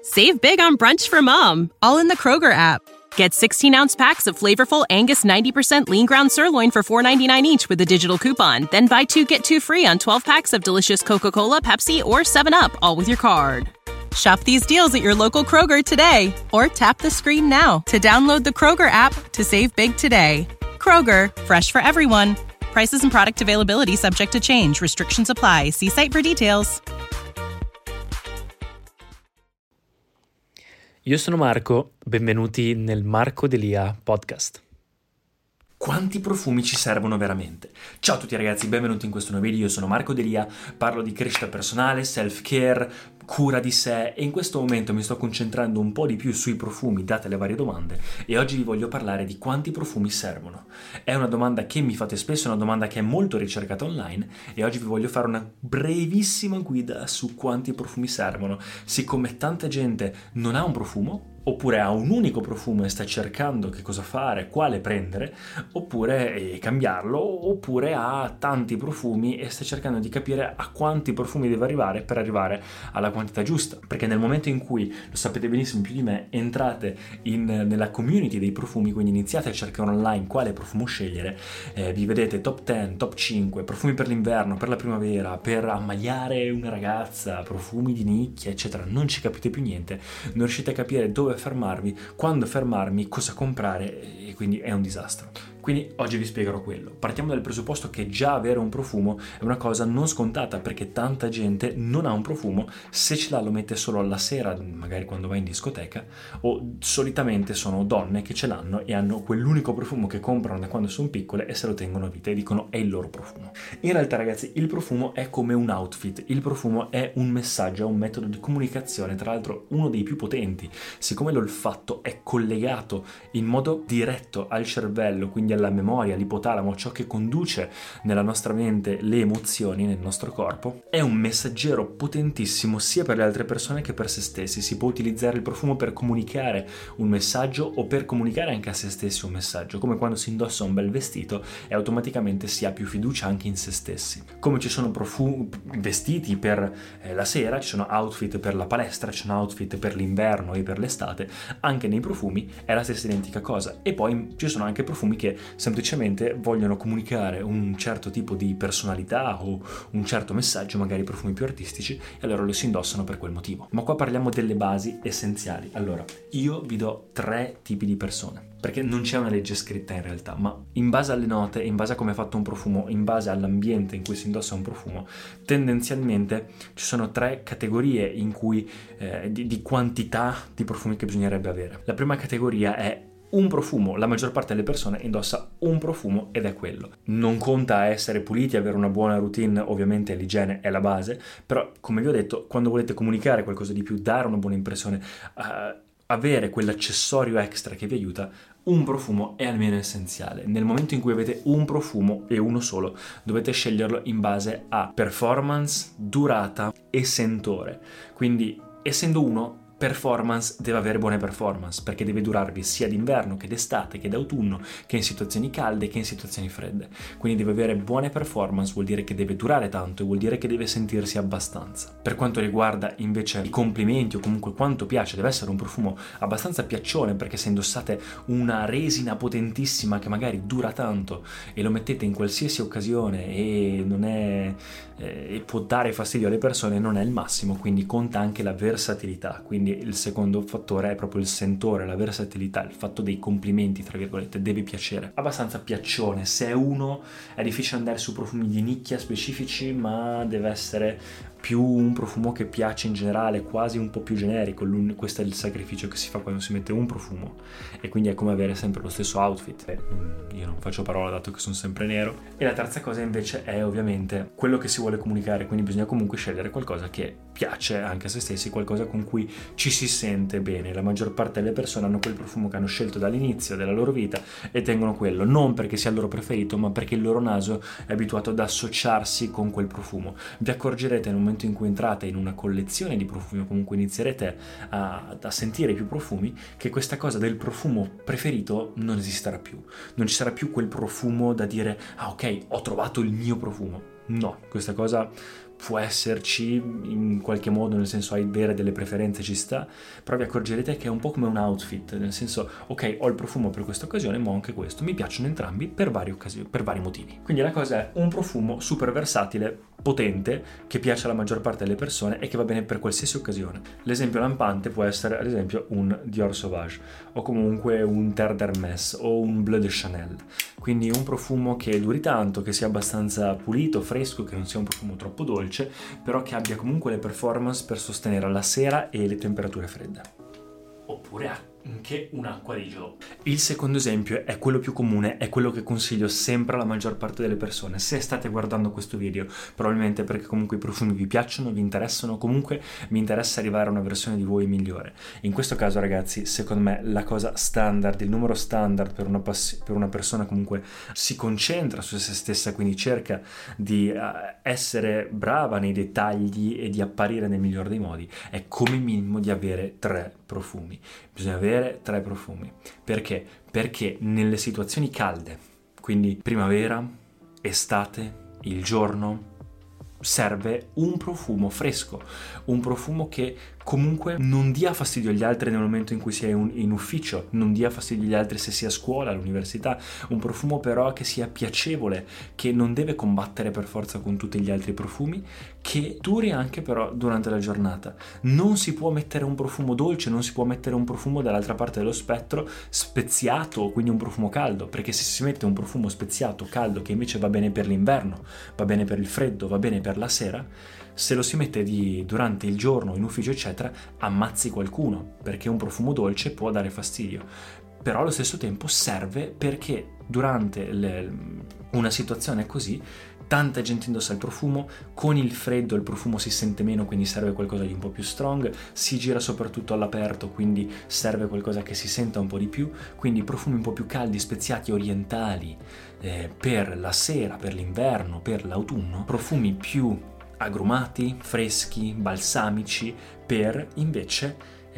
Save big on brunch for mom, all in the Kroger app. Get 16-ounce packs of flavorful Angus 90% lean ground sirloin for $4.99 each with a digital coupon. Then buy 2, get 2 free on 12 packs of delicious Coca-Cola, Pepsi, or 7-Up, all with your card. Shop these deals at your local Kroger today, or tap the screen now to download the Kroger app to save big today. Kroger, fresh for everyone. Prices and product availability subject to change. Restrictions apply. See site for details. Io sono Marco, benvenuti nel Marco Delia podcast. Quanti profumi ci servono veramente? Ciao a tutti ragazzi, benvenuti in questo nuovo video. Io sono Marco Delia, parlo di crescita personale, self-care, cura di sé e in questo momento mi sto concentrando un po' di più sui profumi date le varie domande e oggi vi voglio parlare di quanti profumi servono. È una domanda che mi fate spesso, è una domanda che è molto ricercata online e oggi vi voglio fare una brevissima guida su quanti profumi servono. Siccome tanta gente non ha un profumo, oppure ha un unico profumo e sta cercando che cosa fare, quale prendere, oppure cambiarlo, oppure ha tanti profumi e sta cercando di capire a quanti profumi deve arrivare per arrivare alla quantità giusta. Perché nel momento in cui, lo sapete benissimo più di me, entrate nella community dei profumi, quindi iniziate a cercare online quale profumo scegliere, vi vedete top 10, top 5, profumi per l'inverno, per la primavera, per ammaliare una ragazza, profumi di nicchia, eccetera, non ci capite più niente, non riuscite a capire dove fermarvi, quando fermarmi, cosa comprare e quindi è un disastro. Quindi oggi vi spiegherò quello. Partiamo dal presupposto che già avere un profumo è una cosa non scontata perché tanta gente non ha un profumo, se ce l'ha lo mette solo alla sera, magari quando va in discoteca, o solitamente sono donne che ce l'hanno e hanno quell'unico profumo che comprano da quando sono piccole e se lo tengono a vita e dicono è il loro profumo. In realtà ragazzi il profumo è come un outfit, il profumo è un messaggio, è un metodo di comunicazione, tra l'altro uno dei più potenti, siccome l'olfatto è collegato in modo diretto al cervello, quindi alla memoria, all'ipotalamo, ciò che conduce nella nostra mente le emozioni nel nostro corpo, è un messaggero potentissimo sia per le altre persone che per se stessi. Si può utilizzare il profumo per comunicare un messaggio o per comunicare anche a se stessi un messaggio, come quando si indossa un bel vestito e automaticamente si ha più fiducia anche in se stessi. Come ci sono vestiti per la sera, ci sono outfit per la palestra, ci sono outfit per l'inverno e per l'estate, anche nei profumi è la stessa identica cosa. E poi ci sono anche profumi che semplicemente vogliono comunicare un certo tipo di personalità o un certo messaggio, magari profumi più artistici, e allora lo si indossano per quel motivo. Ma qua parliamo delle basi essenziali. Allora, io vi do 3 tipi di persone, perché non c'è una legge scritta in realtà, ma in base alle note, in base a come è fatto un profumo, in base all'ambiente in cui si indossa un profumo, tendenzialmente ci sono 3 categorie in cui di quantità di profumi che bisognerebbe avere. La prima categoria è un profumo. La maggior parte delle persone indossa un profumo ed è quello. Non conta essere puliti, avere una buona routine, ovviamente l'igiene è la base, però come vi ho detto, quando volete comunicare qualcosa di più, dare una buona impressione, avere quell'accessorio extra che vi aiuta, un profumo è almeno essenziale. Nel momento in cui avete un profumo e uno solo, dovete sceglierlo in base a performance, durata e sentore. Quindi, essendo uno, performance deve avere buone performance perché deve durarvi sia d'inverno che d'estate che d'autunno, che in situazioni calde che in situazioni fredde. Quindi deve avere buone performance, vuol dire che deve durare tanto e vuol dire che deve sentirsi abbastanza. Per quanto riguarda invece i complimenti o comunque quanto piace, deve essere un profumo abbastanza piaccione, perché se indossate una resina potentissima che magari dura tanto e lo mettete in qualsiasi occasione e non è e può dare fastidio alle persone, non è il massimo. Quindi conta anche la versatilità. Quindi il secondo fattore è proprio il sentore, la versatilità, il fatto dei complimenti, tra virgolette, deve piacere. Abbastanza piaccione, se è uno è difficile andare su profumi di nicchia specifici, ma deve essere più un profumo che piace in generale, quasi un po' più generico. Questo è il sacrificio che si fa quando si mette un profumo, e quindi è come avere sempre lo stesso outfit. Io non faccio parola dato che sono sempre nero. E la terza cosa invece è ovviamente quello che si vuole comunicare, quindi bisogna comunque scegliere qualcosa che piace anche a se stessi, qualcosa con cui ci si sente bene. La maggior parte delle persone hanno quel profumo che hanno scelto dall'inizio della loro vita e tengono quello, non perché sia il loro preferito, ma perché il loro naso è abituato ad associarsi con quel profumo. Vi accorgerete nel momento in cui entrate in una collezione di profumi o comunque inizierete a sentire più profumi, che questa cosa del profumo preferito non esisterà più. Non ci sarà più quel profumo da dire ah ok, ho trovato il mio profumo. No, questa cosa può esserci in qualche modo, nel senso avere delle preferenze ci sta, però vi accorgerete che è un po' come un outfit, nel senso ok, ho il profumo per questa occasione ma ho anche questo, mi piacciono entrambi per vari motivi. Quindi la cosa è un profumo super versatile, potente, che piace alla maggior parte delle persone e che va bene per qualsiasi occasione. L'esempio lampante può essere ad esempio un Dior Sauvage o comunque un Terre d'Hermès o un Bleu de Chanel, quindi un profumo che duri tanto, che sia abbastanza pulito, fresco, che non sia un profumo troppo dolce, però che abbia comunque le performance per sostenere la sera e le temperature fredde. Oppure anche un'acqua di gelo. Il secondo esempio è quello più comune, è quello che consiglio sempre alla maggior parte delle persone. Se state guardando questo video, probabilmente perché comunque i profumi vi piacciono, vi interessano, comunque vi interessa arrivare a una versione di voi migliore. In questo caso, ragazzi, secondo me la cosa standard, il numero standard per una persona comunque si concentra su se stessa, quindi cerca di essere brava nei dettagli e di apparire nel migliore dei modi, è come minimo di avere 3 profumi. Bisogna avere 3 profumi. Perché? Perché nelle situazioni calde, quindi primavera, estate, il giorno, serve un profumo fresco, un profumo che comunque non dia fastidio agli altri nel momento in cui si è in ufficio, non dia fastidio agli altri se si è a scuola, all'università, un profumo però che sia piacevole, che non deve combattere per forza con tutti gli altri profumi, che duri anche però durante la giornata. Non si può mettere un profumo dolce, non si può mettere un profumo dall'altra parte dello spettro speziato, quindi un profumo caldo, perché se si mette un profumo speziato, caldo, che invece va bene per l'inverno, va bene per il freddo, va bene per la sera, se lo si mette durante il giorno in ufficio eccetera, ammazzi qualcuno, perché un profumo dolce può dare fastidio, però allo stesso tempo serve perché durante una situazione così tanta gente indossa il profumo, con il freddo il profumo si sente meno, quindi serve qualcosa di un po' più strong, si gira soprattutto all'aperto, quindi serve qualcosa che si senta un po' di più, quindi profumi un po' più caldi, speziati, orientali, per la sera, per l'inverno, per l'autunno, profumi più agrumati, freschi, balsamici, per invece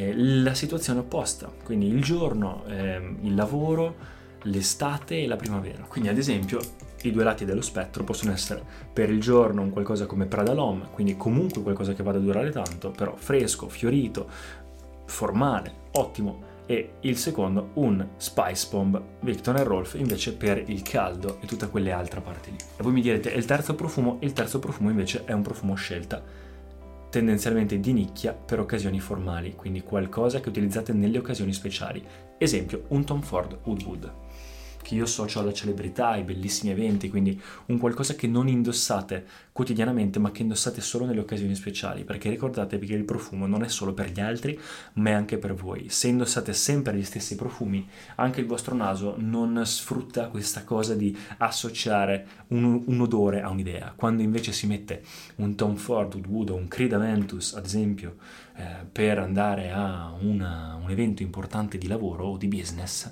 la situazione opposta, quindi il giorno, il lavoro, l'estate e la primavera. Quindi ad esempio i 2 lati dello spettro possono essere per il giorno un qualcosa come Prada L'Homme, quindi comunque qualcosa che vada a durare tanto, però fresco, fiorito, formale, ottimo, e il secondo un Spice Bomb Viktor & Rolf invece per il caldo e tutte quelle altre parti lì. E voi mi direte, il terzo profumo invece è un profumo a scelta, tendenzialmente di nicchia per occasioni formali, quindi qualcosa che utilizzate nelle occasioni speciali. Esempio, un Tom Ford Oud Wood, che io associo alla celebrità, ai bellissimi eventi, quindi un qualcosa che non indossate quotidianamente ma che indossate solo nelle occasioni speciali, perché ricordatevi che il profumo non è solo per gli altri ma è anche per voi. Se indossate sempre gli stessi profumi, anche il vostro naso non sfrutta questa cosa di associare un odore a un'idea. Quando invece si mette un Tom Ford Oud Wood o un Creed Aventus ad esempio per andare a un evento importante di lavoro o di business,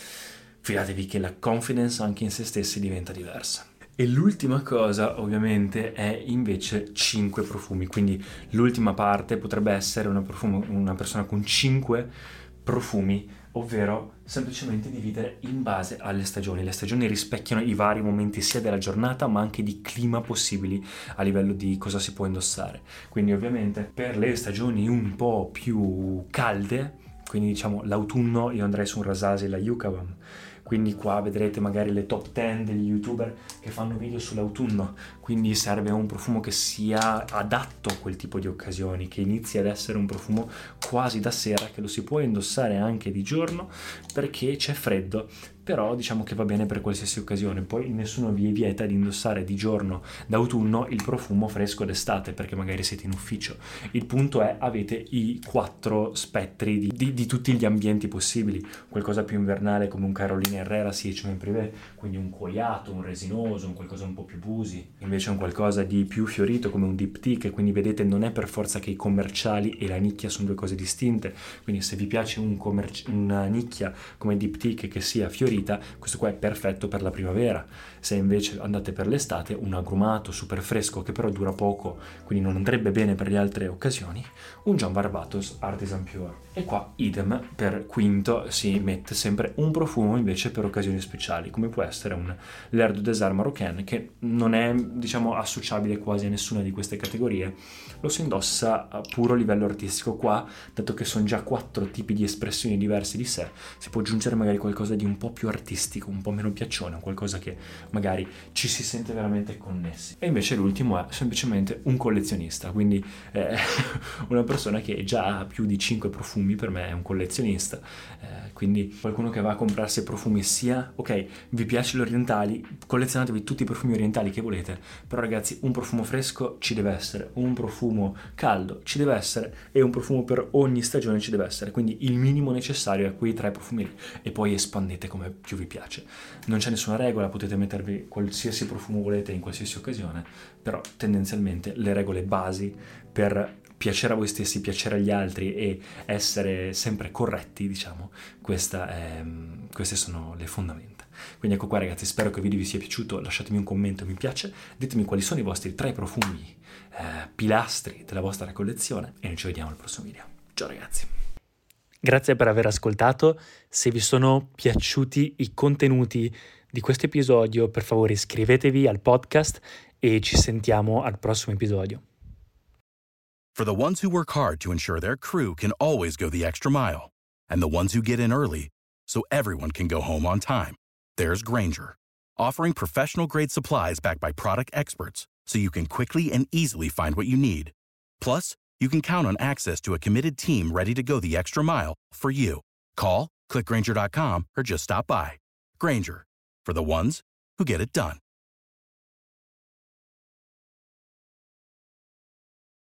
fidatevi che la confidence anche in se stessi diventa diversa. E l'ultima cosa ovviamente è invece 5 profumi, quindi l'ultima parte potrebbe essere una persona con 5 profumi, ovvero semplicemente dividere in base alle stagioni. Le stagioni rispecchiano i vari momenti sia della giornata ma anche di clima possibili a livello di cosa si può indossare. Quindi ovviamente per le stagioni un po' più calde, quindi diciamo l'autunno, io andrei su un Rasasi e la Yucabam. Quindi qua vedrete magari le top 10 degli youtuber che fanno video sull'autunno, quindi serve un profumo che sia adatto a quel tipo di occasioni, che inizi ad essere un profumo quasi da sera, che lo si può indossare anche di giorno perché c'è freddo, però diciamo che va bene per qualsiasi occasione. Poi nessuno vi vieta di indossare di giorno d'autunno il profumo fresco d'estate perché magari siete in ufficio. Il punto è avete i 4 spettri di tutti gli ambienti possibili, qualcosa più invernale come un Carolina Herrera Siegement Privé, quindi un cuoiato, un resinoso, un qualcosa un po' più busi, invece un qualcosa di più fiorito come un diptyque, quindi vedete non è per forza che i commerciali e la nicchia sono 2 cose distinte, quindi se vi piace una nicchia come diptyque che sia fiorito, inserita, questo qua è perfetto per la primavera. Se invece andate per l'estate, un agrumato super fresco che però dura poco, quindi non andrebbe bene per le altre occasioni, un John Barbatos Artisan Pure. E qua idem, per quinto si mette sempre un profumo invece per occasioni speciali, come può essere un L'Air du Désert Marocain, che non è, diciamo, associabile quasi a nessuna di queste categorie. Lo si indossa a puro livello artistico. Qua, dato che sono già 4 tipi di espressioni diverse di sé, si può aggiungere magari qualcosa di un po' più artistico, un po' meno piaccione, qualcosa che magari ci si sente veramente connessi. E invece l'ultimo è semplicemente un collezionista, quindi una persona che già ha più di 5 profumi, per me è un collezionista, quindi qualcuno che va a comprarsi profumi sia, ok, vi piace gli orientali, collezionatevi tutti i profumi orientali che volete, però ragazzi un profumo fresco ci deve essere, un profumo caldo ci deve essere e un profumo per ogni stagione ci deve essere, quindi il minimo necessario è quei 3 profumi lì e poi espandete come più vi piace. Non c'è nessuna regola, potete mettervi qualsiasi profumo volete in qualsiasi occasione, però tendenzialmente le regole basi per piacere a voi stessi, piacere agli altri e essere sempre corretti, diciamo, queste sono le fondamenta. Quindi ecco qua ragazzi, spero che il video vi sia piaciuto, lasciatemi un commento, mi piace, ditemi quali sono i vostri 3 profumi pilastri della vostra collezione e noi ci vediamo al prossimo video. Ciao ragazzi! Grazie per aver ascoltato, se vi sono piaciuti i contenuti di questo episodio per favore iscrivetevi al podcast e ci sentiamo al prossimo episodio. For the ones who work hard to ensure their crew can always go the extra mile, and the ones who get in early so everyone can go home on time, there's Grainger, offering professional-grade supplies backed by product experts so you can quickly and easily find what you need. Plus, you can count on access to a committed team ready to go the extra mile for you. Call, click Grainger.com, or just stop by. Grainger, for the ones who get it done.